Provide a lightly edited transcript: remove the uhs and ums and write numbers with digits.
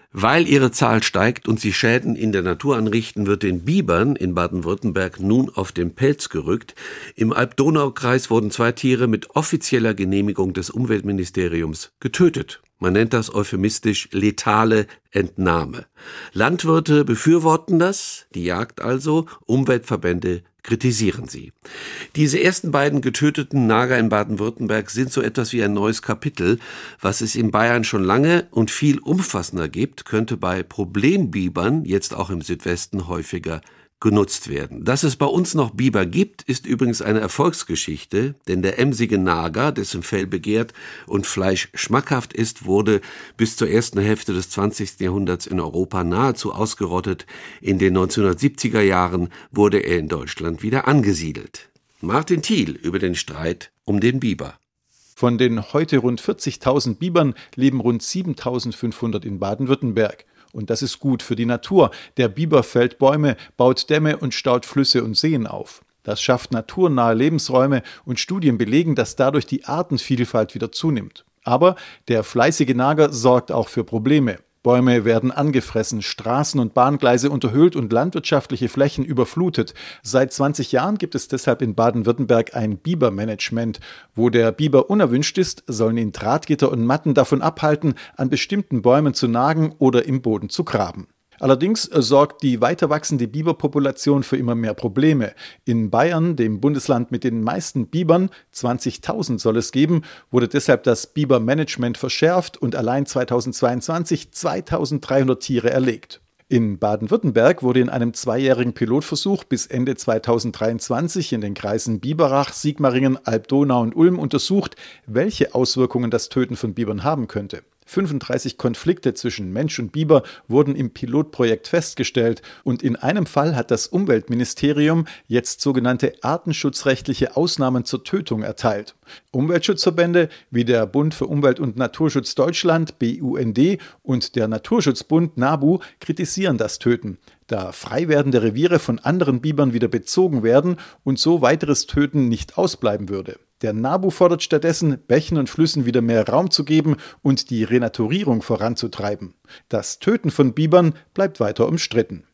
Weil ihre Zahl steigt und sie Schäden in der Natur anrichten, wird den Bibern in Baden-Württemberg nun auf den Pelz gerückt. Im Alb-Donau-Kreis wurden 2 Tiere mit offizieller Genehmigung des Umweltministeriums getötet. Man nennt das euphemistisch letale Entnahme. Landwirte befürworten das, die Jagd also, Umweltverbände kritisieren sie. Diese ersten beiden getöteten Nager in Baden-Württemberg sind so etwas wie ein neues Kapitel. Was es in Bayern schon lange und viel umfassender gibt, könnte bei Problembibern jetzt auch im Südwesten häufiger genutzt werden. Dass es bei uns noch Biber gibt, ist übrigens eine Erfolgsgeschichte, denn der emsige Nager, dessen Fell begehrt und Fleisch schmackhaft ist, wurde bis zur ersten Hälfte des 20. Jahrhunderts in Europa nahezu ausgerottet. In den 1970er Jahren wurde er in Deutschland wieder angesiedelt. Martin Thiel über den Streit um den Biber. Von den heute rund 40.000 Bibern leben rund 7.500 in Baden-Württemberg. Und das ist gut für die Natur. Der Biber fällt Bäume, baut Dämme und staut Flüsse und Seen auf. Das schafft naturnahe Lebensräume und Studien belegen, dass dadurch die Artenvielfalt wieder zunimmt. Aber der fleißige Nager sorgt auch für Probleme. Bäume werden angefressen, Straßen und Bahngleise unterhöhlt und landwirtschaftliche Flächen überflutet. Seit 20 Jahren gibt es deshalb in Baden-Württemberg ein Bibermanagement. Wo der Biber unerwünscht ist, sollen ihn Drahtgitter und Matten davon abhalten, an bestimmten Bäumen zu nagen oder im Boden zu graben. Allerdings sorgt die weiter wachsende Biberpopulation für immer mehr Probleme. In Bayern, dem Bundesland mit den meisten Bibern, 20.000 soll es geben, wurde deshalb das Bibermanagement verschärft und allein 2022 2.300 Tiere erlegt. In Baden-Württemberg wurde in einem 2-jährigen Pilotversuch bis Ende 2023 in den Kreisen Biberach, Sigmaringen, Alb-Donau und Ulm untersucht, welche Auswirkungen das Töten von Bibern haben könnte. 35 Konflikte zwischen Mensch und Biber wurden im Pilotprojekt festgestellt und in einem Fall hat das Umweltministerium jetzt sogenannte artenschutzrechtliche Ausnahmen zur Tötung erteilt. Umweltschutzverbände wie der Bund für Umwelt- und Naturschutz Deutschland, BUND, und der Naturschutzbund NABU kritisieren das Töten, da frei werdende Reviere von anderen Bibern wieder bezogen werden und so weiteres Töten nicht ausbleiben würde. Der NABU fordert stattdessen, Bächen und Flüssen wieder mehr Raum zu geben und die Renaturierung voranzutreiben. Das Töten von Bibern bleibt weiter umstritten.